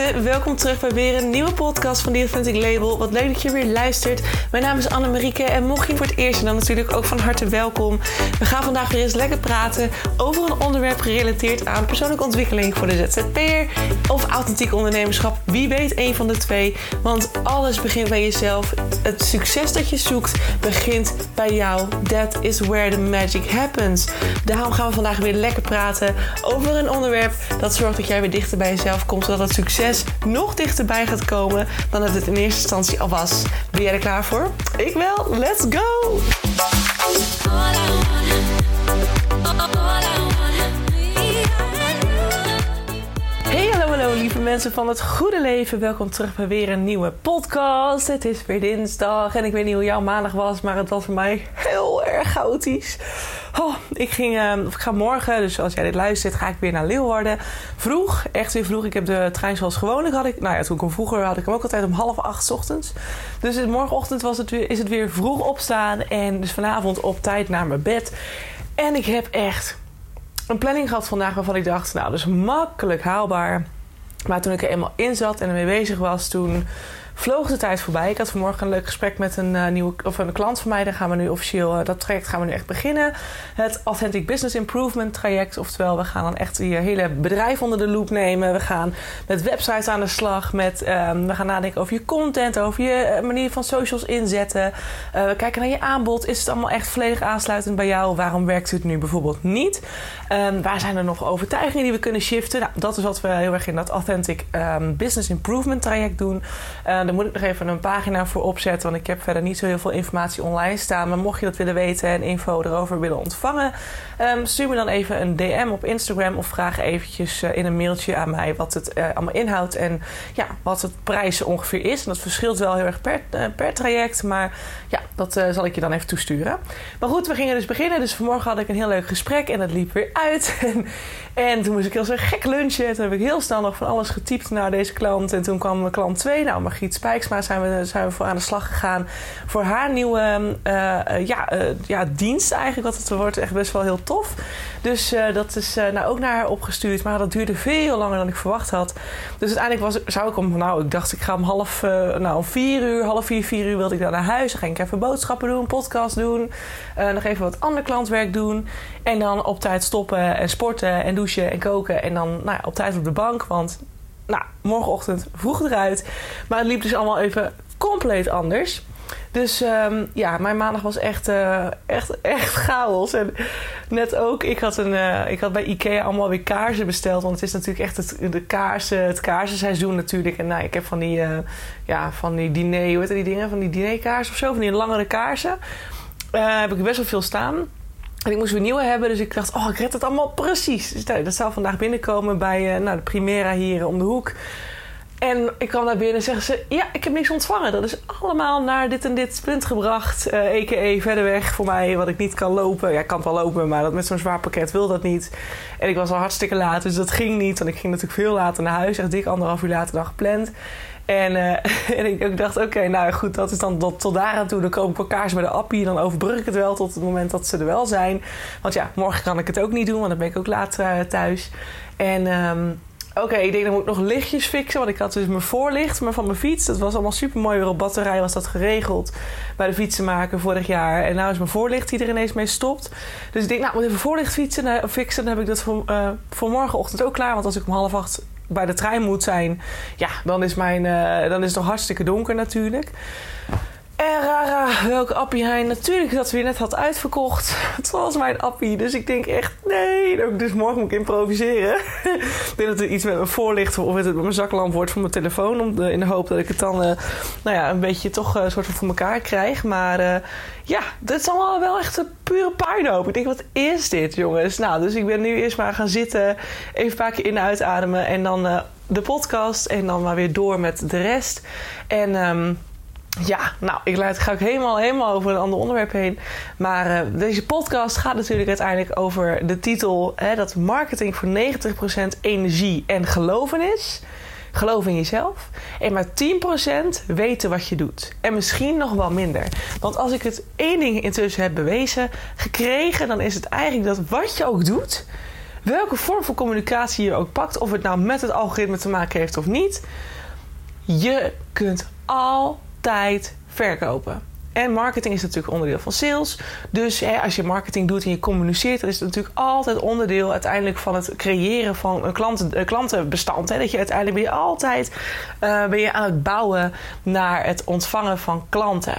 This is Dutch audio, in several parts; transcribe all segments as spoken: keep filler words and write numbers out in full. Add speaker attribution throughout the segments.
Speaker 1: mensen, welkom terug bij weer een nieuwe podcast van The Authentic Label. Wat leuk dat je weer luistert. Mijn naam is Annemarieke en mocht je voor het eerst dan natuurlijk ook van harte welkom. We gaan vandaag weer eens lekker praten over een onderwerp gerelateerd aan persoonlijke ontwikkeling voor de Z Z P'er of authentiek ondernemerschap. Wie weet een van de twee, want alles begint bij jezelf. Het succes dat je zoekt begint bij jou. That is where the magic happens. Daarom gaan we vandaag weer lekker praten over een onderwerp dat zorgt dat jij weer dichter bij jezelf komt, zodat het succes nog dichterbij gaat komen dan dat het in eerste instantie al was. Ben jij er klaar voor? Ik wel. Let's go! Hey, hallo, hallo lieve mensen van het goede leven. Welkom terug bij weer een nieuwe podcast. Het is weer dinsdag en ik weet niet hoe jouw maandag was, maar het was voor mij heel erg chaotisch. Oh, ik, ging, uh, ik ga morgen, dus als jij dit luistert, ga ik weer naar Leeuwarden. Vroeg, echt weer vroeg. Ik heb de trein zoals gewoonlijk had ik. Nou ja, toen ik hem vroeger had ik hem ook altijd om half acht 's ochtends. Dus morgenochtend was het weer, is het weer vroeg opstaan. En dus vanavond op tijd naar mijn bed. En ik heb echt een planning gehad vandaag waarvan ik dacht, nou, dat is makkelijk haalbaar. Maar toen ik er eenmaal in zat en ermee bezig was, toen vloog de tijd voorbij. Ik had vanmorgen een leuk gesprek met een uh, nieuwe of een klant van mij. Daar gaan we nu officieel, uh, dat traject gaan we nu echt beginnen. Het Authentic Business Improvement traject. Oftewel, we gaan dan echt je hele bedrijf onder de loep nemen. We gaan met websites aan de slag. Met, um, we gaan nadenken over je content, over je uh, manier van socials inzetten. Uh, we kijken naar je aanbod. Is het allemaal echt volledig aansluitend bij jou? Waarom werkt het nu bijvoorbeeld niet? Um, waar zijn er nog overtuigingen die we kunnen shiften? Nou, dat is wat we heel erg in dat Authentic um, Business Improvement traject doen. Uh, Daar moet ik nog even een pagina voor opzetten, want ik heb verder niet zo heel veel informatie online staan. Maar mocht je dat willen weten en info erover willen ontvangen, um, stuur me dan even een D M op Instagram of vraag eventjes uh, in een mailtje aan mij wat het uh, allemaal inhoudt en ja, wat het prijs ongeveer is. En dat verschilt wel heel erg per, uh, per traject, maar ja, dat uh, zal ik je dan even toesturen. Maar goed, we gingen dus beginnen. Dus vanmorgen had ik een heel leuk gesprek en dat liep weer uit. en, en toen moest ik heel zo gek lunchen. Toen heb ik heel snel nog van alles getypt naar deze klant. En toen kwam klant twee, nou Margriet Spijksma, zijn we, zijn we voor aan de slag gegaan voor haar nieuwe uh, uh, ja, uh, ja, dienst eigenlijk. Want het wordt echt best wel heel tof. Dus uh, dat is uh, nou ook naar haar opgestuurd. Maar dat duurde veel langer dan ik verwacht had. Dus uiteindelijk was, zou ik om, nou ik dacht ik ga om half, uh, nou om vier uur, half vier, vier uur wilde ik dan naar huis. Dan ging ik even boodschappen doen, podcast doen. Uh, nog even wat ander klantwerk doen. En dan op tijd stoppen en sporten en douchen en koken. En dan nou ja, op tijd op de bank, want nou, morgenochtend vroeg eruit. Maar het liep dus allemaal even compleet anders. Dus um, ja, mijn maandag was echt, uh, echt, echt chaos. En net ook, ik had, een, uh, ik had bij Ikea allemaal weer kaarsen besteld. Want het is natuurlijk echt het, de kaarsen, het kaarsenseizoen natuurlijk. En nou, ik heb van die, uh, ja, van die diner, hoe heet die dingen? Van die dinerkaarsen of zo, van die langere kaarsen. Uh, heb ik best wel veel staan. En ik moest weer nieuwe hebben, dus ik dacht, oh, ik red het allemaal precies. Dus dat zou vandaag binnenkomen bij uh, nou, de Primera hier om de hoek. En ik kwam daar binnen en zeggen ze, ja, ik heb niks ontvangen. Dat is allemaal naar dit en dit punt gebracht. Uh, a k a verder weg voor mij, wat ik niet kan lopen. Ja, ik kan het wel lopen, maar dat met zo'n zwaar pakket wil dat niet. En ik was al hartstikke laat, dus dat ging niet. Want ik ging natuurlijk veel later naar huis, echt dik anderhalf uur later dan gepland. En, uh, en ik, ik dacht, oké, okay, nou goed, dat is dan tot, tot daar aan toe. Dan koop ik wel kaars bij de appie. Dan overbrug ik het wel tot het moment dat ze er wel zijn. Want ja, morgen kan ik het ook niet doen, want dan ben ik ook laat uh, thuis. En um, oké, okay, ik denk dan moet ik nog lichtjes fixen. Want ik had dus mijn voorlicht maar van mijn fiets. Dat was allemaal super mooi. Weer op batterij was dat geregeld bij de fietsenmaker vorig jaar. En nou is mijn voorlicht die er ineens mee stopt. Dus ik denk, nou, ik moet even voorlicht fietsen, uh, fixen. Dan heb ik dat voor, uh, voor morgenochtend ook klaar. Want als ik om half acht bij de trein moet zijn, ja, dan is, mijn, uh, dan is het nog hartstikke donker natuurlijk. En rara, welke appie hij natuurlijk dat weer net had uitverkocht. Het was mijn appie, dus ik denk echt, nee. Dus morgen moet ik improviseren. Ik denk dat er iets met mijn voorlicht of met mijn zaklamp wordt voor mijn telefoon. Om de, in de hoop dat ik het dan uh, nou ja, een beetje toch uh, soort van voor elkaar krijg. Maar uh, ja, dit is allemaal wel echt een pure puinhoop. Ik denk, wat is dit, jongens? Nou, dus ik ben nu eerst maar gaan zitten. Even een paar keer in en uitademen. En dan uh, de podcast. En dan maar weer door met de rest. En Um, ja, nou, ik laat, ga ook helemaal, helemaal over een ander onderwerp heen. Maar uh, deze podcast gaat natuurlijk uiteindelijk over de titel, hè, dat marketing voor negentig procent energie en geloven is. Geloof in jezelf. En maar tien procent weten wat je doet. En misschien nog wel minder. Want als ik het één ding intussen heb bewezen, gekregen, dan is het eigenlijk dat wat je ook doet, welke vorm van communicatie je ook pakt, of het nou met het algoritme te maken heeft of niet, je kunt altijd verkopen. En marketing is natuurlijk onderdeel van sales. Dus hè, als je marketing doet en je communiceert, dan is het natuurlijk altijd onderdeel uiteindelijk van het creëren van een, klanten, een klantenbestand. Hè. Dat je uiteindelijk ben je altijd uh, ben je aan het bouwen naar het ontvangen van klanten.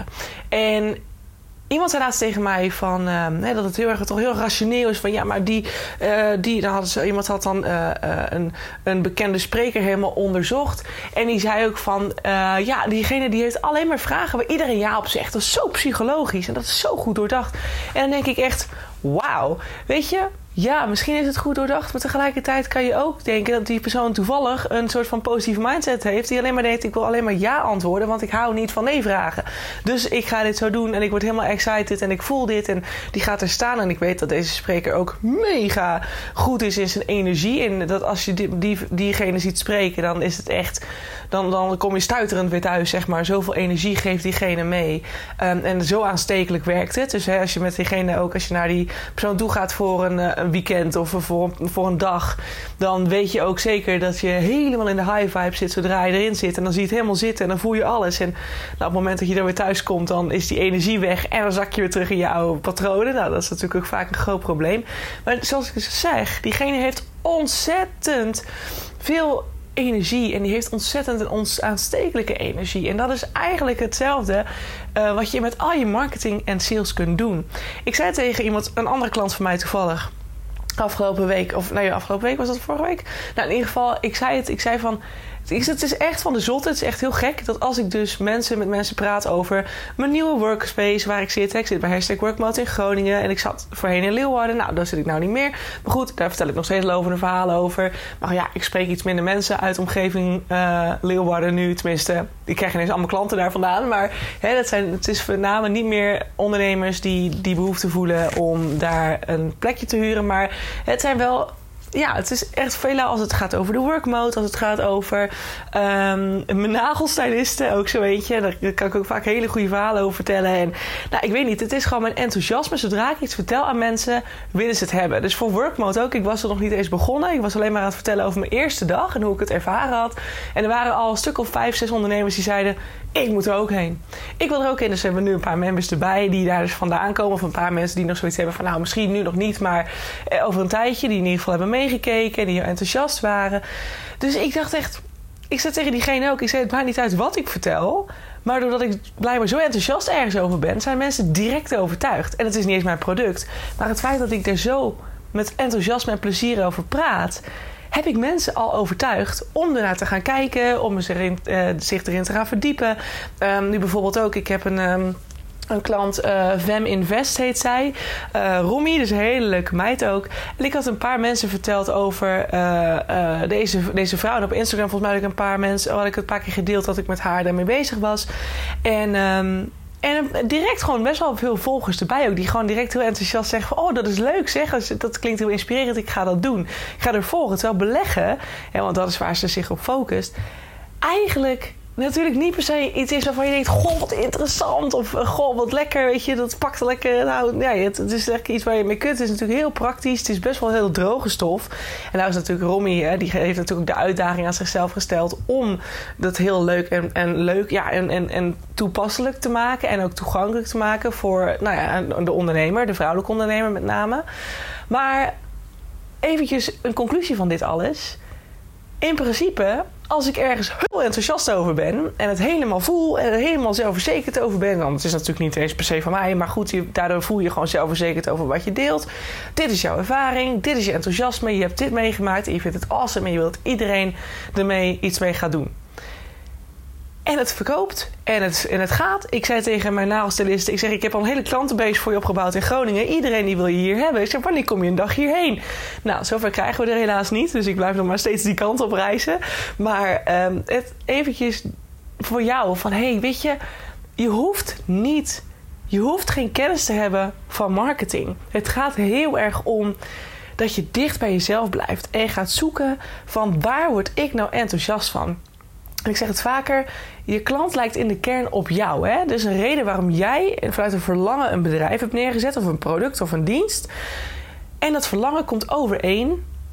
Speaker 1: En iemand zei laatst tegen mij van, uh, nee, dat het heel erg, toch heel rationeel is van ja, maar die, uh, die dan hadden ze, iemand had dan uh, uh, een, een bekende spreker helemaal onderzocht. En die zei ook van, uh, ja, diegene die heeft alleen maar vragen waar iedereen ja op zegt. Dat is zo psychologisch en dat is zo goed doordacht. En dan denk ik echt, wauw, weet je, ja, misschien is het goed doordacht, maar tegelijkertijd kan je ook denken dat die persoon toevallig een soort van positieve mindset heeft, die alleen maar denkt, ik wil alleen maar ja antwoorden, want ik hou niet van nee vragen. Dus ik ga dit zo doen en ik word helemaal excited en ik voel dit en die gaat er staan. En ik weet dat deze spreker ook mega goed is in zijn energie. En dat als je die, die, diegene ziet spreken, dan is het echt, dan, dan kom je stuiterend weer thuis, zeg maar. Zoveel energie geeft diegene mee. Um, en zo aanstekelijk werkt het. Dus hè, als je met diegene ook, als je naar die persoon toe gaat voor een, een weekend of voor, voor een dag, dan weet je ook zeker dat je helemaal in de high vibe zit zodra je erin zit. En dan zie je het helemaal zitten en dan voel je alles. En nou, op het moment dat je dan weer thuis komt, dan is die energie weg en dan zak je weer terug in je oude patronen. Nou, dat is natuurlijk ook vaak een groot probleem. Maar zoals ik zeg, diegene heeft ontzettend veel energie en die heeft ontzettend een ons aanstekelijke energie. En dat is eigenlijk hetzelfde uh, wat je met al je marketing en sales kunt doen. Ik zei tegen iemand, een andere klant van mij toevallig, afgelopen week, of nee, afgelopen week was dat vorige week? Nou, in ieder geval, ik zei het, ik zei van, het is echt van de zotte. Het is echt heel gek dat als ik dus mensen met mensen praat over mijn nieuwe workspace waar ik zit. Ik zit bij Hashtag Workmode in Groningen en ik zat voorheen in Leeuwarden. Nou, daar zit ik nou niet meer. Maar goed, daar vertel ik nog steeds lovende verhalen over. Maar ja, ik spreek iets minder mensen uit de omgeving uh, Leeuwarden nu. Tenminste, ik krijg ineens allemaal klanten daar vandaan. Maar hè, dat zijn, het is voor name niet meer ondernemers die die behoefte voelen om daar een plekje te huren. Maar het zijn wel, ja, het is echt veel als het gaat over de workmode, als het gaat over um, mijn nagelstylisten, ook zo eentje. Daar kan ik ook vaak hele goede verhalen over vertellen. En nou, ik weet niet, het is gewoon mijn enthousiasme. Zodra ik iets vertel aan mensen, willen ze het hebben. Dus voor workmode ook, ik was er nog niet eens begonnen. Ik was alleen maar aan het vertellen over mijn eerste dag en hoe ik het ervaren had. En er waren al een stuk of vijf, zes ondernemers die zeiden, ik moet er ook heen. Ik wil er ook heen. Dus we hebben nu een paar members erbij die daar dus vandaan komen. Of een paar mensen die nog zoiets hebben van, nou, misschien nu nog niet, maar over een tijdje, die in ieder geval hebben meegekeken en die enthousiast waren. Dus ik dacht echt, ik zei tegen diegene ook, ik zei, het maakt niet uit wat ik vertel, maar doordat ik blijkbaar zo enthousiast ergens over ben, zijn mensen direct overtuigd. En het is niet eens mijn product, maar het feit dat ik er zo met enthousiasme en plezier over praat, heb ik mensen al overtuigd om ernaar te gaan kijken, om zich erin, uh, zich erin te gaan verdiepen. Um, nu bijvoorbeeld ook, ik heb een, um, een klant, uh, Vem Invest heet zij. Uh, Romy, dus een hele leuke meid ook. En ik had een paar mensen verteld over uh, uh, deze, deze vrouw. En op Instagram volgens mij had ik een paar mensen, had ik het een paar keer gedeeld dat ik met haar daarmee bezig was. En Um, En direct gewoon best wel veel volgers erbij ook. Die gewoon direct heel enthousiast zeggen van, oh, dat is leuk zeg. Dat klinkt heel inspirerend. Ik ga dat doen. Ik ga er volgen. Terwijl beleggen, hè, want dat is waar ze zich op focust, eigenlijk natuurlijk niet per se iets is waarvan je denkt, goh, wat interessant. Of goh, wat lekker, weet je. Dat pakt lekker. Nou, ja, het, het is echt iets waar je mee kunt. Het is natuurlijk heel praktisch. Het is best wel heel droge stof. En nou is natuurlijk Romy, hè, die heeft natuurlijk de uitdaging aan zichzelf gesteld om dat heel leuk en, en leuk, ja, en, en, en toepasselijk te maken. En ook toegankelijk te maken voor, nou ja, de ondernemer, de vrouwelijke ondernemer met name. Maar eventjes een conclusie van dit alles. In principe, als ik ergens heel enthousiast over ben en het helemaal voel en er helemaal zelfverzekerd over ben, want het is natuurlijk niet eens per se van mij, maar goed, je, daardoor voel je gewoon zelfverzekerd over wat je deelt. Dit is jouw ervaring, dit is je enthousiasme, je hebt dit meegemaakt en je vindt het awesome en je wilt dat iedereen ermee iets mee gaat doen. En het verkoopt en het, en het gaat. Ik zei tegen mijn nagelstylisten, ik zeg, ik heb al een hele klantenbase voor je opgebouwd in Groningen. Iedereen die wil je hier hebben. Ik zeg, wanneer kom je een dag hierheen? Nou, zover krijgen we er helaas niet. Dus ik blijf nog maar steeds die kant op reizen. Maar um, het eventjes voor jou van, hey, weet je, je hoeft niet, je hoeft geen kennis te hebben van marketing. Het gaat heel erg om dat je dicht bij jezelf blijft en gaat zoeken van, waar word ik nou enthousiast van? Ik zeg het vaker, je klant lijkt in de kern op jou. Hè? Dus een reden waarom jij vanuit een verlangen een bedrijf hebt neergezet, of een product of een dienst. En dat verlangen komt overeen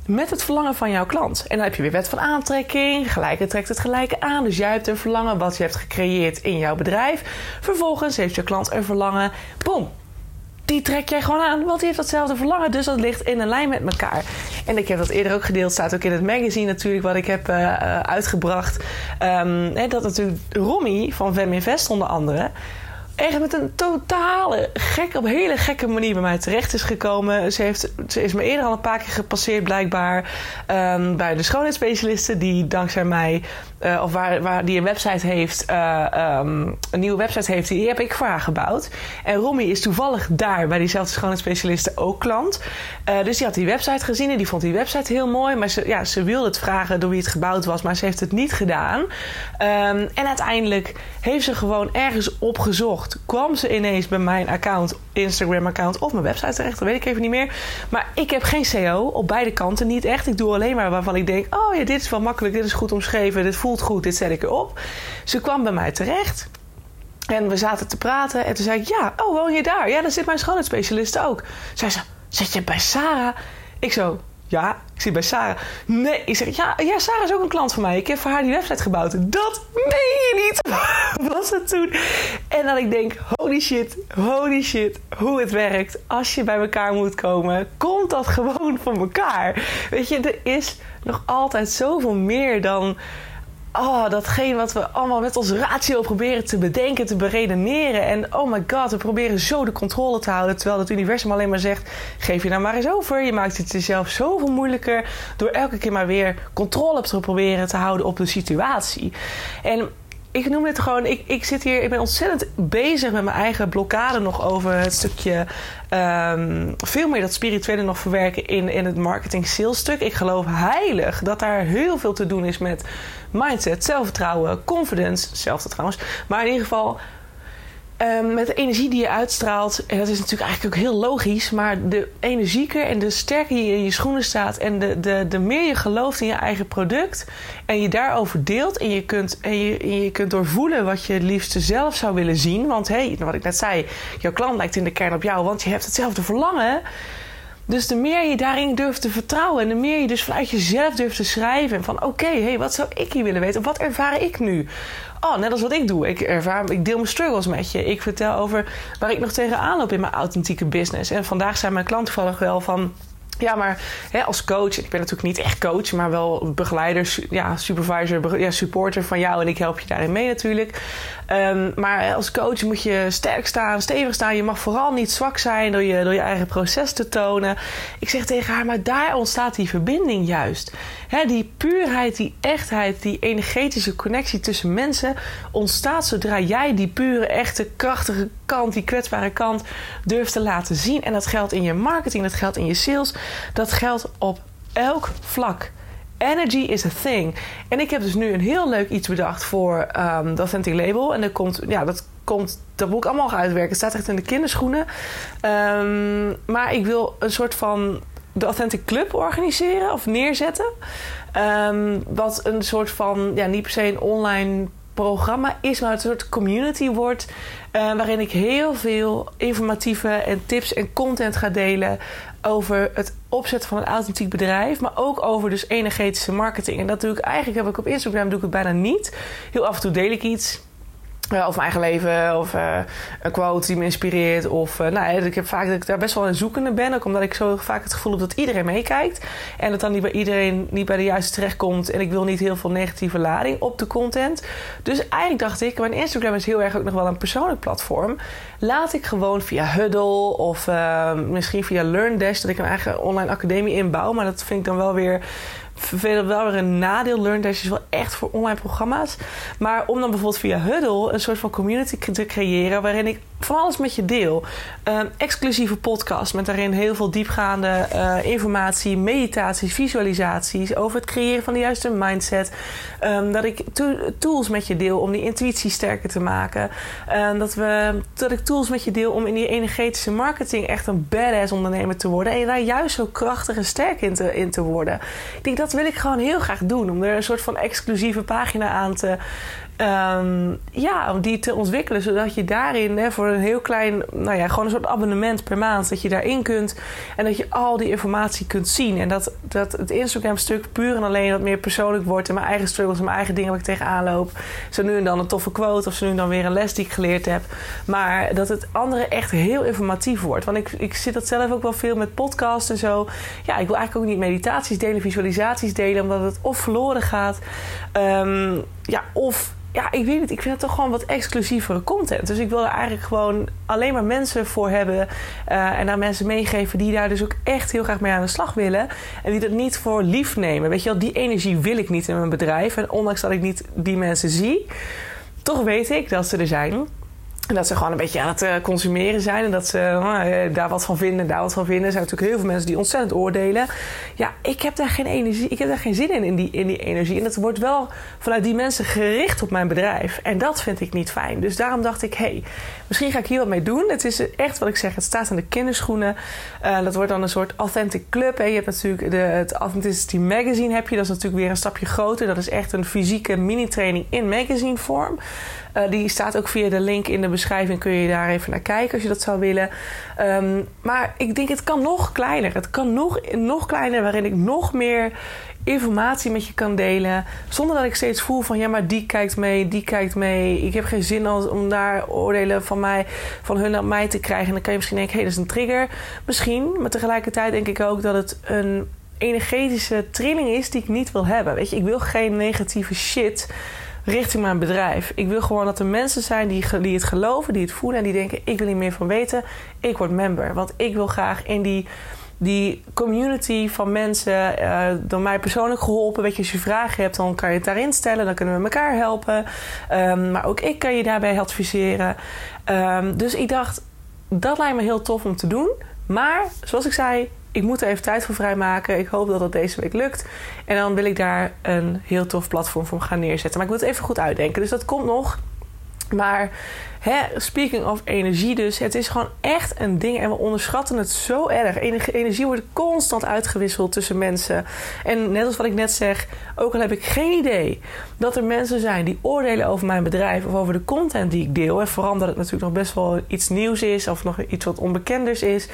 Speaker 1: met het verlangen van jouw klant. En dan heb je weer wet van aantrekking. Gelijke trekt het gelijke aan. Dus jij hebt een verlangen wat je hebt gecreëerd in jouw bedrijf. Vervolgens heeft je klant een verlangen. Boom. Die trek jij gewoon aan, want die heeft datzelfde verlangen. Dus dat ligt in een lijn met elkaar. En ik heb dat eerder ook gedeeld. Staat ook in het magazine natuurlijk, wat ik heb uh, uh, uitgebracht. Um, hè, dat natuurlijk Romy van Feminvest onder andere echt met een totale gek, op een hele gekke manier bij mij terecht is gekomen. Ze, heeft, ze is me eerder al een paar keer gepasseerd blijkbaar um, bij de schoonheidsspecialisten die dankzij mij, uh, of waar, waar die een website heeft, uh, um, een nieuwe website heeft, die heb ik voor haar gebouwd. En Romy is toevallig daar bij diezelfde schoonheidsspecialisten ook klant. Uh, dus die had die website gezien en die vond die website heel mooi. Maar ze, ja, ze wilde het vragen door wie het gebouwd was, maar ze heeft het niet gedaan. Um, en uiteindelijk heeft ze gewoon ergens opgezocht. Kwam ze ineens bij mijn account, Instagram-account of mijn website terecht, dat weet ik even niet meer. Maar ik heb geen C O op beide kanten, niet echt. Ik doe alleen maar waarvan ik denk, oh ja, dit is wel makkelijk, dit is goed omschreven, dit voelt goed, dit zet ik erop. Ze kwam bij mij terecht en we zaten te praten en toen zei ik, ja, oh, woon je daar? Ja, daar zit mijn schoonheidsspecialist ook. Zei ze, zit je bij Sarah? Ik zo, ja, ik zit bij Sarah. Nee, ik zeg, ja, ja, Sarah is ook een klant van mij. Ik heb voor haar die website gebouwd. Dat meen je niet. Was het toen? En dan ik denk, holy shit, holy shit, hoe het werkt. Als je bij elkaar moet komen, komt dat gewoon van elkaar. Weet je, er is nog altijd zoveel meer dan oh, datgene wat we allemaal met ons ratio proberen te bedenken, te beredeneren. En oh my god, we proberen zo de controle te houden. Terwijl het universum alleen maar zegt, geef je nou maar eens over. Je maakt het jezelf zoveel moeilijker door elke keer maar weer controle te proberen te houden op de situatie. En ik noem het gewoon, ik, ik zit hier, ik ben ontzettend bezig met mijn eigen blokkade nog over het stukje um, veel meer dat spirituele nog verwerken in, in het marketing sales stuk. Ik geloof heilig dat daar heel veel te doen is met mindset, zelfvertrouwen, confidence, hetzelfde trouwens. Maar in ieder geval Um, met de energie die je uitstraalt. En dat is natuurlijk eigenlijk ook heel logisch. Maar de energieker en de sterker je in je schoenen staat. En de, de, de meer je gelooft in je eigen product. En je daarover deelt. En je kunt, en je, en je kunt doorvoelen wat je het liefste zelf zou willen zien. Want hé, hey, wat ik net zei. Jouw klant lijkt in de kern op jou. Want je hebt hetzelfde verlangen. Dus de meer je daarin durft te vertrouwen. En de meer je dus vanuit jezelf durft te schrijven. En van oké, okay, hey, wat zou ik hier willen weten? Wat ervaar ik nu? Oh, net als wat ik doe. Ik, ervaar, ik deel mijn struggles met je. Ik vertel over waar ik nog tegenaan loop in mijn authentieke business. En vandaag zijn mijn klanten toevallig wel van, ja, maar hè, als coach, ik ben natuurlijk niet echt coach, maar wel begeleider, ja, supervisor, ja, supporter van jou. En ik help je daarin mee natuurlijk. Um, maar als coach moet je sterk staan, stevig staan. Je mag vooral niet zwak zijn door je, door je eigen proces te tonen. Ik zeg tegen haar, maar daar ontstaat die verbinding juist. Hè, die puurheid, die echtheid, die energetische connectie tussen mensen ontstaat zodra jij die pure, echte, krachtige kant, die kwetsbare kant durft te laten zien. En dat geldt in je marketing, dat geldt in je sales, dat geldt op elk vlak. Energy is a thing. En ik heb dus nu een heel leuk iets bedacht voor um, de Authentic Label. En dat komt, ja, dat komt, dat moet ik allemaal gaan uitwerken. Het staat echt in de kinderschoenen. Um, maar ik wil een soort van de Authentic Club organiseren of neerzetten. Um, wat een soort van, ja, niet per se een online programma is, maar het een soort community wordt. Uh, waarin ik heel veel informatieve en tips en content ga delen over het opzetten van een authentiek bedrijf, maar ook over dus energetische marketing. En dat doe ik eigenlijk, heb ik op Instagram doe ik het bijna niet. Heel af en toe deel ik iets. Uh, over mijn eigen leven, of uh, een quote die me inspireert. Of, uh, nou, ik heb vaak dat ik daar best wel een zoekende ben. Ook omdat ik zo vaak het gevoel heb dat iedereen meekijkt. En dat dan niet bij iedereen niet bij de juiste terechtkomt. En ik wil niet heel veel negatieve lading op de content. Dus eigenlijk dacht ik, mijn Instagram is heel erg ook nog wel een persoonlijk platform. Laat ik gewoon via Huddle of uh, misschien via LearnDash, dat ik een eigen online academie inbouw. Maar dat vind ik dan wel weer vervelend, wel weer een nadeel. LearnDash is wel echt voor online programma's. Maar om dan bijvoorbeeld via Huddle een soort van community te creëren waarin ik van alles met je deel. Um, exclusieve podcast met daarin heel veel diepgaande uh, informatie, meditaties, visualisaties over het creëren van de juiste mindset. Um, dat ik to- tools met je deel om die intuïtie sterker te maken. Um, dat, we, dat ik tools met je deel om in die energetische marketing echt een badass ondernemer te worden. En je daar juist zo krachtig en sterk in te, in te worden. Ik denk, dat wil ik gewoon heel graag doen. Om er een soort van exclusieve pagina aan te, Um, ja, om die te ontwikkelen, zodat je daarin hè, voor een heel klein, nou ja, gewoon een soort abonnement per maand, dat je daarin kunt en dat je al die informatie kunt zien. En dat, dat het Instagram-stuk puur en alleen wat meer persoonlijk wordt en mijn eigen struggles en mijn eigen dingen waar ik tegenaan loop. Zo nu en dan een toffe quote of zo nu en dan weer een les die ik geleerd heb. Maar dat het andere echt heel informatief wordt. Want ik, ik zit dat zelf ook wel veel met podcasts en zo. Ja, ik wil eigenlijk ook niet meditaties delen, visualisaties delen, omdat het of verloren gaat. Um, ja, of... Ja, ik weet niet. Ik vind het toch gewoon wat exclusievere content. Dus ik wil er eigenlijk gewoon alleen maar mensen voor hebben. Uh, en aan mensen meegeven die daar dus ook echt heel graag mee aan de slag willen. En die dat niet voor lief nemen. Weet je wel, die energie wil ik niet in mijn bedrijf. En ondanks dat ik niet die mensen zie, toch weet ik dat ze er zijn. En dat ze gewoon een beetje aan het consumeren zijn. En dat ze uh, daar wat van vinden, daar wat van vinden. Er zijn natuurlijk heel veel mensen die ontzettend oordelen. Ja, ik heb daar geen energie, ik heb daar geen zin in, in die, in die energie. En dat wordt wel vanuit die mensen gericht op mijn bedrijf. En dat vind ik niet fijn. Dus daarom dacht ik, hé, hey, misschien ga ik hier wat mee doen. Het is echt wat ik zeg, het staat aan de kinderschoenen. Uh, dat wordt dan een soort authentic club. Hè. Je hebt natuurlijk de, het Authenticity Magazine heb je. Dat is natuurlijk weer een stapje groter. Dat is echt een fysieke mini-training in magazine vorm. Uh, die staat ook via de link in de beschrijving. Kun je daar even naar kijken als je dat zou willen. Um, maar ik denk, het kan nog kleiner. Het kan nog, nog kleiner, waarin ik nog meer informatie met je kan delen. Zonder dat ik steeds voel van, ja, maar die kijkt mee, die kijkt mee. Ik heb geen zin om daar oordelen van mij, van hun naar mij te krijgen. En dan kan je misschien denken, hé, hey, dat is een trigger. Misschien, maar tegelijkertijd denk ik ook dat het een energetische trilling is die ik niet wil hebben. Weet je, ik wil geen negatieve shit richting mijn bedrijf. Ik wil gewoon dat er mensen zijn die, die het geloven, die het voelen en die denken, ik wil hier meer van weten. Ik word member. Want ik wil graag in die, die community van mensen, uh, door mij persoonlijk geholpen. Weet je, als je vragen hebt, dan kan je het daarin stellen. Dan kunnen we elkaar helpen. Um, maar ook ik kan je daarbij adviseren. Um, dus ik dacht, dat lijkt me heel tof om te doen. Maar, zoals ik zei, ik moet er even tijd voor vrijmaken. Ik hoop dat dat deze week lukt. En dan wil ik daar een heel tof platform voor gaan neerzetten. Maar ik moet het even goed uitdenken. Dus dat komt nog. Maar hè, speaking of energie dus. Het is gewoon echt een ding. En we onderschatten het zo erg. Energie wordt constant uitgewisseld tussen mensen. En net als wat ik net zeg. Ook al heb ik geen idee dat er mensen zijn die oordelen over mijn bedrijf. Of over de content die ik deel. En vooral omdat het natuurlijk nog best wel iets nieuws is. Of nog iets wat onbekenders is.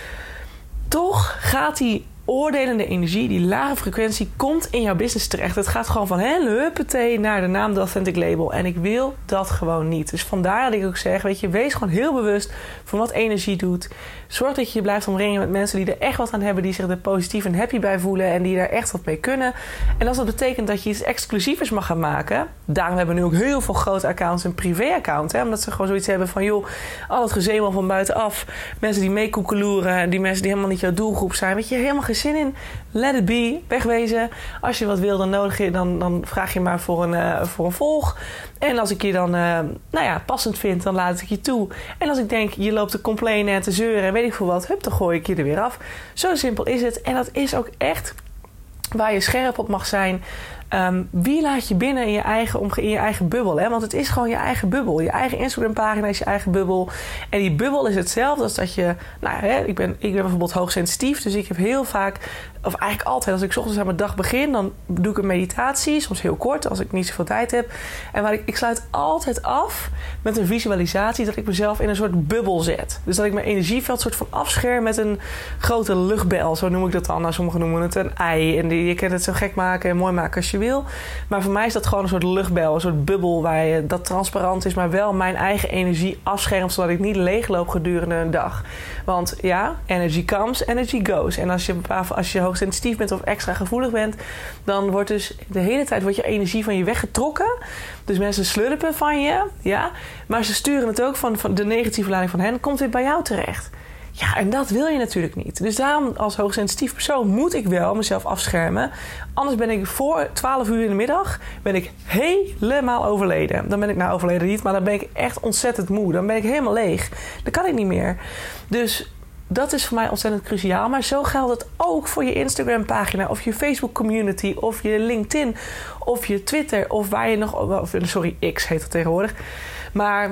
Speaker 1: Toch gaat die oordelende energie, die lage frequentie, komt in jouw business terecht. Het gaat gewoon van hele huppatee naar de naam de Authentic Label. En ik wil dat gewoon niet. Dus vandaar dat ik ook zeg, weet je, wees gewoon heel bewust van wat energie doet. Zorg dat je je blijft omringen met mensen die er echt wat aan hebben, die zich er positief en happy bij voelen en die daar echt wat mee kunnen. En als dat betekent dat je iets exclusievers mag gaan maken, daarom hebben we nu ook heel veel grote accounts en privé-accounts. Hè? Omdat ze gewoon zoiets hebben van, joh, al het gezemel van buitenaf, mensen die meekoekeloeren, die mensen die helemaal niet jouw doelgroep zijn, weet je, helemaal geen zin in. Let it be, wegwezen. Als je wat wil, dan nodig je, dan, dan vraag je maar voor een, uh, voor een volg. En als ik je dan, uh, nou ja, passend vind, dan laat ik je toe. En als ik denk, je loopt te complainen en te zeuren en weet ik veel wat, hup, dan gooi ik je er weer af. Zo simpel is het. En dat is ook echt waar je scherp op mag zijn. Um, wie laat je binnen in je eigen, omge- in je eigen bubbel? Hè? Want het is gewoon je eigen bubbel. Je eigen Instagram-pagina is je eigen bubbel. En die bubbel is hetzelfde als dat je... Nou, hè, ik, ben, ik ben bijvoorbeeld hoogsensitief. Dus ik heb heel vaak... Of eigenlijk altijd, als ik 's ochtends aan mijn dag begin... dan doe ik een meditatie. Soms heel kort, als ik niet zoveel tijd heb. En waar ik, ik sluit altijd af met een visualisatie... dat ik mezelf in een soort bubbel zet. Dus dat ik mijn energieveld soort van afscherm... met een grote luchtbel. Zo noem ik dat dan. Nou, sommigen noemen het een ei. En die, je kan het zo gek maken en mooi maken als je wil. Maar voor mij is dat gewoon een soort luchtbel. Een soort bubbel waar je, dat transparant is... maar wel mijn eigen energie afschermt... zodat ik niet leegloop gedurende een dag. Want ja, energy comes, energy goes. En als je, als je hoogsensitief bent of extra gevoelig bent... dan wordt dus de hele tijd wordt je energie van je weggetrokken. Dus mensen slurpen van je, ja. Maar ze sturen het ook van, van de negatieve lading van hen... komt weer bij jou terecht. Ja, en dat wil je natuurlijk niet. Dus daarom als hoogsensitief persoon moet ik wel mezelf afschermen. Anders ben ik voor twaalf uur in de middag ben ik helemaal overleden. Dan ben ik nou overleden niet, maar dan ben ik echt ontzettend moe. Dan ben ik helemaal leeg. Dan kan ik niet meer. Dus dat is voor mij ontzettend cruciaal. Maar zo geldt het ook voor je Instagram pagina of je Facebook community of je LinkedIn of je Twitter of waar je nog... Of, sorry, X heet dat tegenwoordig. Maar...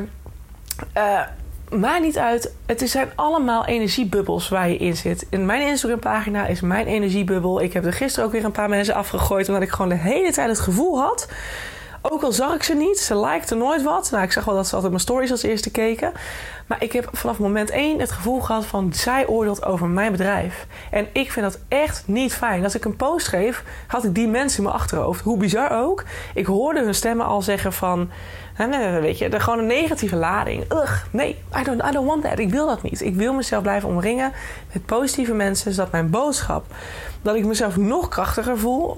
Speaker 1: Uh, Maakt niet uit. Het zijn allemaal energiebubbels waar je in zit. In mijn Instagram-pagina is mijn energiebubbel. Ik heb er gisteren ook weer een paar mensen afgegooid... omdat ik gewoon de hele tijd het gevoel had... Ook al zag ik ze niet, ze likten nooit wat. Nou, ik zag wel dat ze altijd mijn stories als eerste keken. Maar ik heb vanaf moment één het gevoel gehad van... zij oordeelt over mijn bedrijf. En ik vind dat echt niet fijn. Als ik een post schreef, had ik die mensen in mijn achterhoofd. Hoe bizar ook. Ik hoorde hun stemmen al zeggen van... Nee, nee, nee, weet je, er gewoon een negatieve lading. Ugh, nee, I don't, I don't want that. Ik wil dat niet. Ik wil mezelf blijven omringen met positieve mensen... zodat mijn boodschap... dat ik mezelf nog krachtiger voel,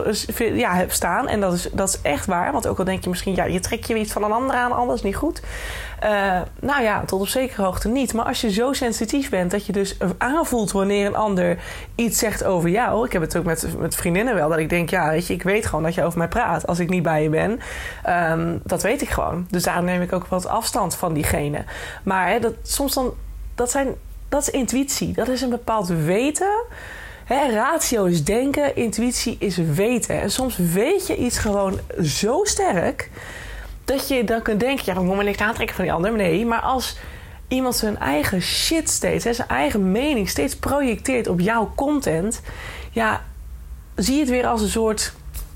Speaker 1: ja, heb staan. En dat is, dat is echt waar. Want ook al denk je misschien, ja, je trekt je iets van een ander aan, anders niet goed. Uh, nou ja, tot op zekere hoogte niet. Maar als je zo sensitief bent dat je dus aanvoelt wanneer een ander iets zegt over jou. Ik heb het ook met, met vriendinnen wel. Dat ik denk, ja, weet je, ik weet gewoon dat je over mij praat als ik niet bij je ben. Um, dat weet ik gewoon. Dus daarom neem ik ook wat afstand van diegene. Maar hè, dat, soms dan, dat, zijn, dat is intuïtie. Dat is een bepaald weten... He, ratio is denken, intuïtie is weten. En soms weet je iets gewoon zo sterk... dat je dan kunt denken... ja, dan moet me niks aantrekken van die ander. Nee, maar als iemand zijn eigen shit steeds... He, zijn eigen mening steeds projecteert op jouw content... ja, zie je het weer als een soort...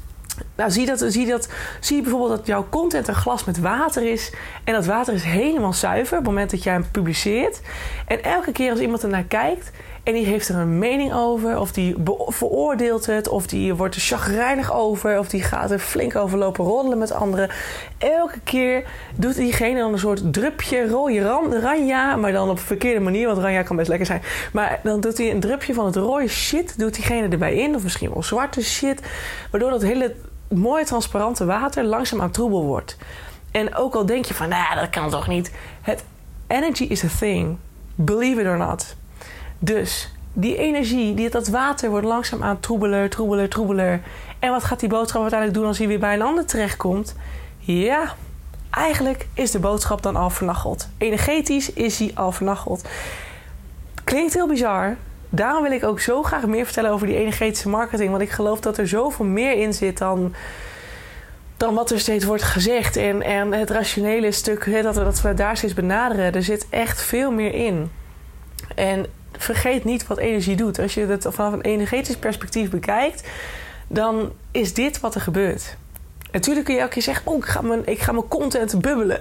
Speaker 1: Nou, zie, dat, zie, dat, zie je bijvoorbeeld dat jouw content een glas met water is... en dat water is helemaal zuiver op het moment dat jij hem publiceert. En elke keer als iemand ernaar kijkt... en die heeft er een mening over... of die be- veroordeelt het... of die wordt er chagrijnig over... of die gaat er flink over lopen roddelen met anderen... elke keer doet diegene dan een soort drupje rode ran- ranja... maar dan op een verkeerde manier... want ranja kan best lekker zijn... maar dan doet hij een drupje van het rode shit... doet diegene erbij in... of misschien wel zwarte shit... waardoor dat hele mooie transparante water... langzaamaan troebel wordt. En ook al denk je van... nou, dat kan toch niet... het energy is a thing. Believe it or not... Dus die energie, die, dat water wordt langzaamaan troebeler, troebeler, troebeler. En wat gaat die boodschap uiteindelijk doen als hij weer bij een ander terechtkomt? Ja, eigenlijk is de boodschap dan al vernacheld. Energetisch is hij al vernacheld. Klinkt heel bizar. Daarom wil ik ook zo graag meer vertellen over die energetische marketing. Want ik geloof dat er zoveel meer in zit dan... dan wat er steeds wordt gezegd. En, en het rationele stuk, hè, dat, we, dat we daar steeds benaderen. Er zit echt veel meer in. En... vergeet niet wat energie doet. Als je het vanaf een energetisch perspectief bekijkt... dan is dit wat er gebeurt. Natuurlijk kun je elke keer zeggen... oh, ik ga mijn, ik ga mijn content bubbelen.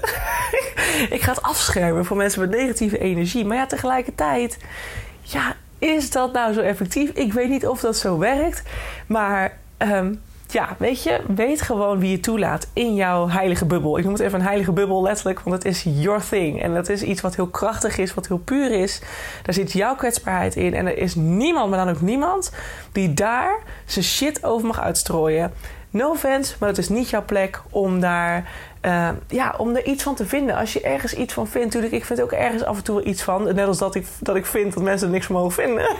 Speaker 1: Ik ga het afschermen voor mensen met negatieve energie. Maar ja, tegelijkertijd... ja, is dat nou zo effectief? Ik weet niet of dat zo werkt. Maar... Um, ja, weet je, weet gewoon wie je toelaat in jouw heilige bubbel. Ik noem het even een heilige bubbel letterlijk, want het is your thing. En dat is iets wat heel krachtig is, wat heel puur is. Daar zit jouw kwetsbaarheid in. En er is niemand, maar dan ook niemand, die daar zijn shit over mag uitstrooien. No offense, maar het is niet jouw plek om daar, uh, ja, om er iets van te vinden. Als je ergens iets van vindt, natuurlijk, ik vind ook ergens af en toe wel iets van. Net als dat ik, dat ik vind dat mensen er niks van mogen vinden.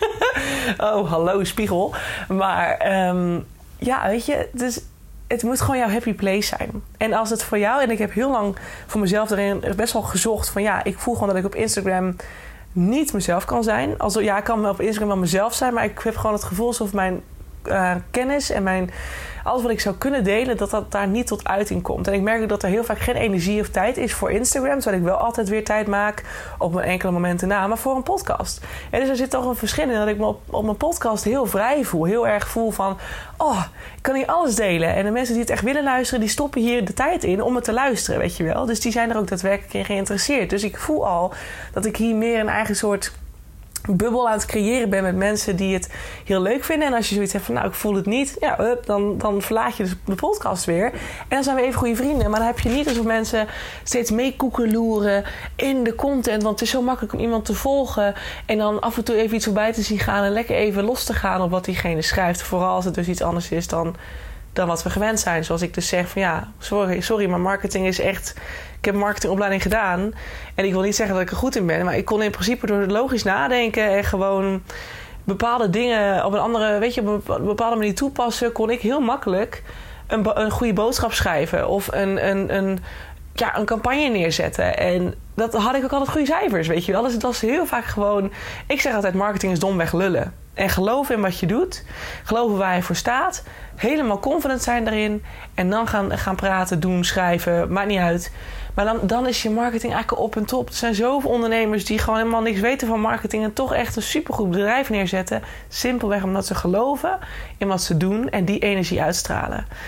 Speaker 1: Oh, hallo, spiegel. Maar... Um, ja, weet je, dus het moet gewoon jouw happy place zijn. En als het voor jou... en ik heb heel lang voor mezelf erin best wel gezocht... van ja, ik voel gewoon dat ik op Instagram niet mezelf kan zijn. Also, ja, ik kan op Instagram wel mezelf zijn... maar ik heb gewoon het gevoel alsof mijn uh, kennis en mijn... alles wat ik zou kunnen delen, dat dat daar niet tot uiting komt. En ik merk ook dat er heel vaak geen energie of tijd is voor Instagram... terwijl ik wel altijd weer tijd maak op mijn enkele momenten na... maar voor een podcast. En dus er zit toch een verschil in dat ik me op, op mijn podcast heel vrij voel. Heel erg voel van, oh, ik kan hier alles delen. En de mensen die het echt willen luisteren... die stoppen hier de tijd in om het te luisteren, weet je wel. Dus die zijn er ook daadwerkelijk in geïnteresseerd. Dus ik voel al dat ik hier meer een eigen soort... bubbel aan het creëren ben met mensen die het heel leuk vinden. En als je zoiets hebt van, nou, ik voel het niet... ja, up, dan, dan verlaat je de podcast weer. En dan zijn we even goede vrienden. Maar dan heb je niet alsof mensen steeds meekoekeloeren in de content. Want het is zo makkelijk om iemand te volgen... en dan af en toe even iets voorbij te zien gaan... en lekker even los te gaan op wat diegene schrijft. Vooral als het dus iets anders is dan... dan wat we gewend zijn. Zoals ik dus zeg van ja, sorry, sorry, maar marketing is echt... Ik heb een marketingopleiding gedaan. En ik wil niet zeggen dat ik er goed in ben. Maar ik kon in principe door het logisch nadenken... en gewoon bepaalde dingen op een andere... weet je, op een bepaalde manier toepassen... kon ik heel makkelijk een, een goede boodschap schrijven. Of een, een, een, ja, een campagne neerzetten. En dat had ik ook altijd goede cijfers, weet je wel. Dus het was heel vaak gewoon... Ik zeg altijd, marketing is domweg lullen. En geloven in wat je doet. Geloven waar je voor staat. Helemaal confident zijn daarin. En dan gaan, gaan praten, doen, schrijven. Maakt niet uit. Maar dan, dan is je marketing eigenlijk op en top. Er zijn zoveel ondernemers die gewoon helemaal niks weten van marketing. En toch echt een supergoed bedrijf neerzetten. Simpelweg omdat ze geloven in wat ze doen. En die energie uitstralen.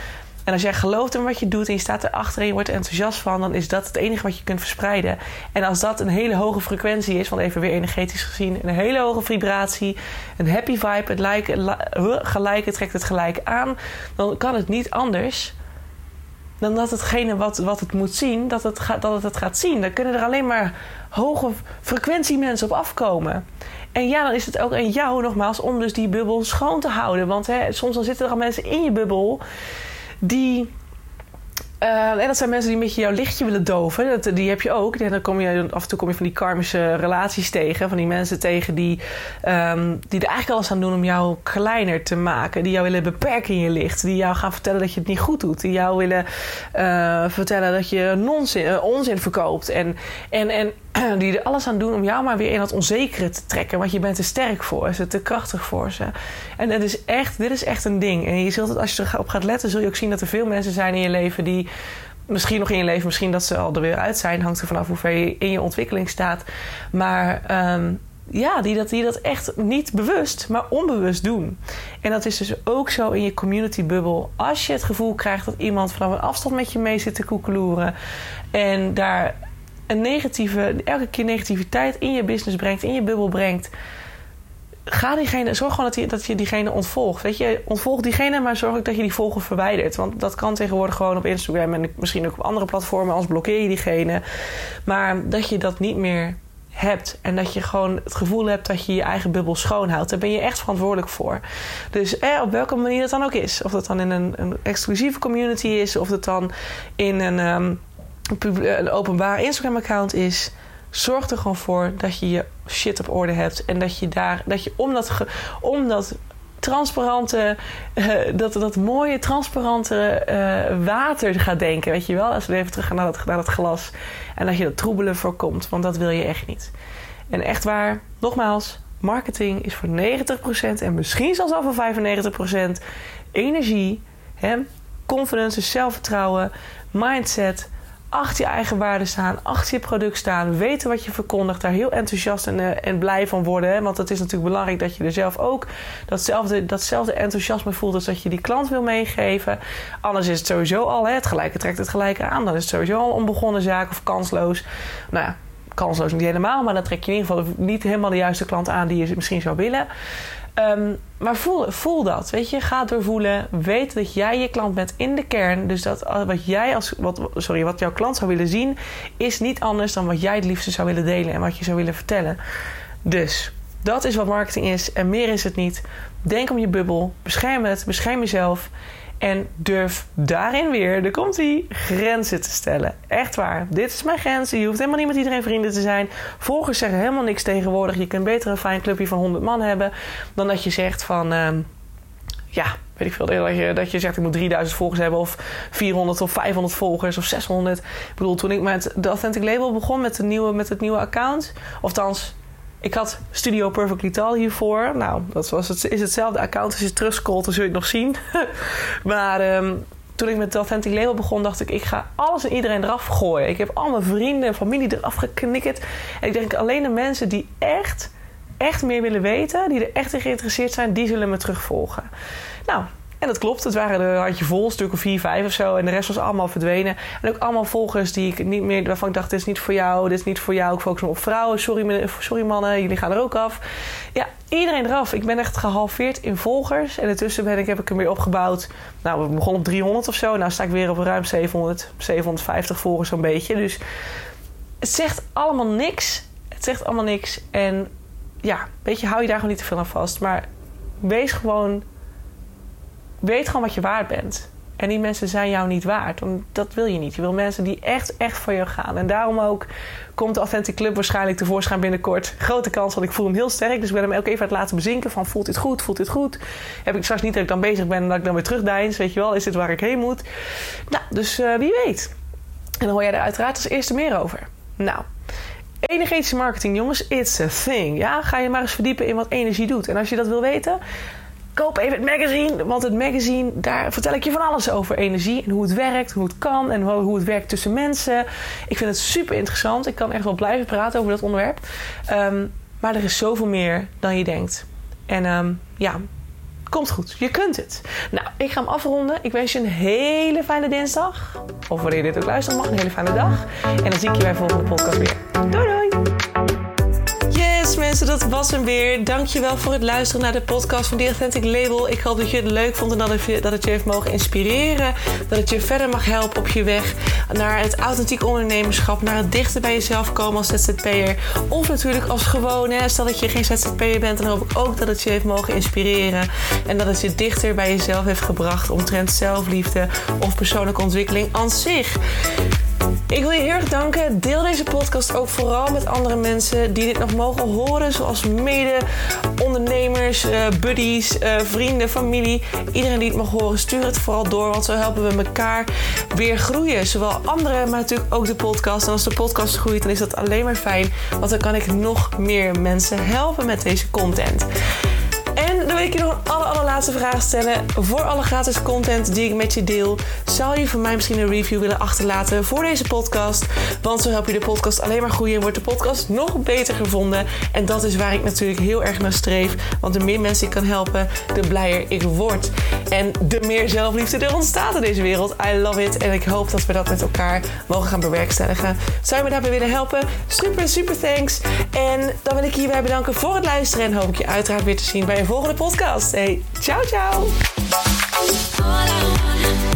Speaker 1: En als jij gelooft in wat je doet en je staat erachter en je wordt er enthousiast van, dan is dat het enige wat je kunt verspreiden. En als dat een hele hoge frequentie is, want even weer energetisch gezien, een hele hoge vibratie, een happy vibe, het lijken, gelijke trekt het gelijk aan, dan kan het niet anders dan dat hetgene wat, wat het moet zien, dat het, gaat, dat het het gaat zien. Dan kunnen er alleen maar hoge frequentie mensen op afkomen. En ja, dan is het ook aan jou nogmaals om dus die bubbel schoon te houden. Want hè, soms dan zitten er al mensen in je bubbel die... Uh, en dat zijn mensen die een beetje jouw lichtje willen doven. Dat, die heb je ook. En dan kom je, af en toe kom je van die karmische relaties tegen. Van die mensen tegen die, um, die er eigenlijk alles aan doen om jou kleiner te maken. Die jou willen beperken in je licht. Die jou gaan vertellen dat je het niet goed doet. Die jou willen uh, vertellen dat je nonzin, uh, onzin verkoopt. En, en, en die er alles aan doen om jou maar weer in dat onzekere te trekken. Want je bent te sterk voor ze, te krachtig voor ze. En dat is echt, dit is echt een ding. En je zult het, als je erop gaat letten, zul je ook zien dat er veel mensen zijn in je leven die... Misschien nog in je leven, misschien dat ze al er weer uit zijn. Hangt er vanaf hoe ver je in je ontwikkeling staat. Maar um, ja, die dat, die dat echt niet bewust, maar onbewust doen. En dat is dus ook zo in je community-bubbel. Als je het gevoel krijgt dat iemand vanaf een afstand met je mee zit te koekeloeren en daar een negatieve, elke keer negativiteit in je business brengt, in je bubbel brengt, ga diegene, zorg gewoon dat je, dat je diegene ontvolgt. Weet je, ontvolg diegene, maar zorg ook dat je die volger verwijdert. Want dat kan tegenwoordig gewoon op Instagram en misschien ook op andere platformen, anders blokkeer je diegene. Maar dat je dat niet meer hebt en dat je gewoon het gevoel hebt dat je je eigen bubbel schoonhoudt. Daar ben je echt verantwoordelijk voor. Dus eh, op welke manier dat dan ook is. Of dat dan in een, een exclusieve community is, of dat dan in een, um, een openbaar Instagram-account is. Zorg er gewoon voor dat je je shit op orde hebt. En dat je daar, dat je om dat, ge, om dat transparante, uh, dat, dat mooie transparante uh, water gaat denken. Weet je wel? Als we even terug gaan naar dat, naar dat glas. En dat je dat troebelen voorkomt. Want dat wil je echt niet. En echt waar, nogmaals, marketing is voor negentig procent en misschien zelfs al voor vijfennegentig procent energie, hè? Confidence, dus zelfvertrouwen, mindset, achter je eigen waarde staan, achter je product staan, weten wat je verkondigt, daar heel enthousiast en, uh, en blij van worden. Hè? Want het is natuurlijk belangrijk dat je er zelf ook datzelfde, datzelfde enthousiasme voelt als dat je die klant wil meegeven. Anders is het sowieso al, hè, het gelijke trekt het gelijke aan. Dan is het sowieso al een onbegonnen zaak of kansloos. Nou ja, kansloos niet helemaal, maar dan trek je in ieder geval niet helemaal de juiste klant aan die je misschien zou willen. Um, maar voel, voel dat, weet je, ga doorvoelen. Weet dat jij je klant bent in de kern. Dus dat wat jij als, wat, sorry, wat jouw klant zou willen zien, is niet anders dan wat jij het liefste zou willen delen en wat je zou willen vertellen. Dus dat is wat marketing is en meer is het niet. Denk om je bubbel, bescherm het, bescherm jezelf. En durf daarin weer, er komt die, grenzen te stellen. Echt waar. Dit is mijn grens. Je hoeft helemaal niet met iedereen vrienden te zijn. Volgers zeggen helemaal niks tegenwoordig. Je kunt beter een fijn clubje van honderd man hebben dan dat je zegt van, um, ja, weet ik veel, dat je, dat je zegt ik moet drieduizend volgers hebben of vierhonderd of vijfhonderd volgers of zeshonderd. Ik bedoel, toen ik met de Authentic Label begon met, de nieuwe, met het nieuwe account, of thans, ik had Studio Perfectly Tall hiervoor. Nou, dat was het, is hetzelfde account. Als je terugscrollt, dan zul je het nog zien. maar um, toen ik met de Authentic Label begon, dacht ik, ik ga alles en iedereen eraf gooien. Ik heb al mijn vrienden en familie eraf geknikkerd. En ik denk, alleen de mensen die echt, echt meer willen weten, die er echt in geïnteresseerd zijn, die zullen me terugvolgen. Nou, en dat klopt. Het waren er een handje vol, een stuk of vier, vijf of zo. En de rest was allemaal verdwenen. En ook allemaal volgers die ik niet meer, waarvan ik dacht, dit is niet voor jou, dit is niet voor jou. Ik focus me op vrouwen. Sorry, sorry mannen, jullie gaan er ook af. Ja, iedereen eraf. Ik ben echt gehalveerd in volgers. En intussen ben ik, heb ik hem weer opgebouwd. Nou, we begonnen op driehonderd of zo. Nou sta ik weer op ruim zevenhonderd, zevenhonderdvijftig volgers zo'n beetje. Dus het zegt allemaal niks. Het zegt allemaal niks. En ja, weet je, hou je daar gewoon niet te veel aan vast. Maar wees gewoon... Weet gewoon wat je waard bent. En die mensen zijn jou niet waard. Want dat wil je niet. Je wil mensen die echt, echt voor je gaan. En daarom ook komt de Authentic Club waarschijnlijk tevoorschijn binnenkort. Grote kans, want ik voel hem heel sterk. Dus ik ben hem ook even aan het laten bezinken van voelt dit goed, voelt dit goed. Heb ik straks niet dat ik dan bezig ben en dat ik dan weer terugdeins. Weet je wel, is dit waar ik heen moet? Nou, dus uh, wie weet. En dan hoor jij er uiteraard als eerste meer over. Nou, energetische marketing, jongens, it's a thing. Ja, ga je maar eens verdiepen in wat energie doet. En als je dat wil weten, koop even het magazine, want het magazine, daar vertel ik je van alles over energie en hoe het werkt, hoe het kan en hoe het werkt tussen mensen. Ik vind het super interessant. Ik kan echt wel blijven praten over dat onderwerp. Um, maar er is zoveel meer dan je denkt. En um, ja, Komt goed, je kunt het. Nou, ik ga hem afronden. Ik wens je een hele fijne dinsdag. Of wanneer je dit ook luistert mag, een hele fijne dag. En dan zie ik je bij de volgende podcast weer. Doei doei! Yes mensen, dat was hem weer. Dankjewel voor het luisteren naar de podcast van The Authentic Label. Ik hoop dat je het leuk vond en dat het je, dat het je heeft mogen inspireren. Dat het je verder mag helpen op je weg naar het authentiek ondernemerschap. Naar het dichter bij jezelf komen als Z Z P'er. Of natuurlijk als gewone. Stel dat je geen Z Z P'er bent, dan hoop ik ook dat het je heeft mogen inspireren. En dat het je dichter bij jezelf heeft gebracht omtrent zelfliefde of persoonlijke ontwikkeling aan zich. Ik wil je heel erg danken. Deel deze podcast ook vooral met andere mensen die dit nog mogen horen. Zoals mede-ondernemers, uh, buddies, uh, vrienden, familie. Iedereen die het mag horen, stuur het vooral door. Want zo helpen we elkaar weer groeien. Zowel anderen, maar natuurlijk ook de podcast. En als de podcast groeit, dan is dat alleen maar fijn. Want dan kan ik nog meer mensen helpen met deze content. En dan wil ik je nog een aller, allerlaatste vraag stellen. Voor alle gratis content die ik met je deel, zou je voor mij misschien een review willen achterlaten voor deze podcast? Want zo help je de podcast alleen maar groeien en wordt de podcast nog beter gevonden. En dat is waar ik natuurlijk heel erg naar streef. Want de meer mensen ik kan helpen, de blijer ik word. En de meer zelfliefde er ontstaat in deze wereld. I love it. En ik hoop dat we dat met elkaar mogen gaan bewerkstelligen. Zou je me daarbij willen helpen? Super, super thanks. En dan wil ik je hierbij bedanken voor het luisteren. En hoop ik je uiteraard weer te zien bij een volgende podcast. Hey, ciao, ciao.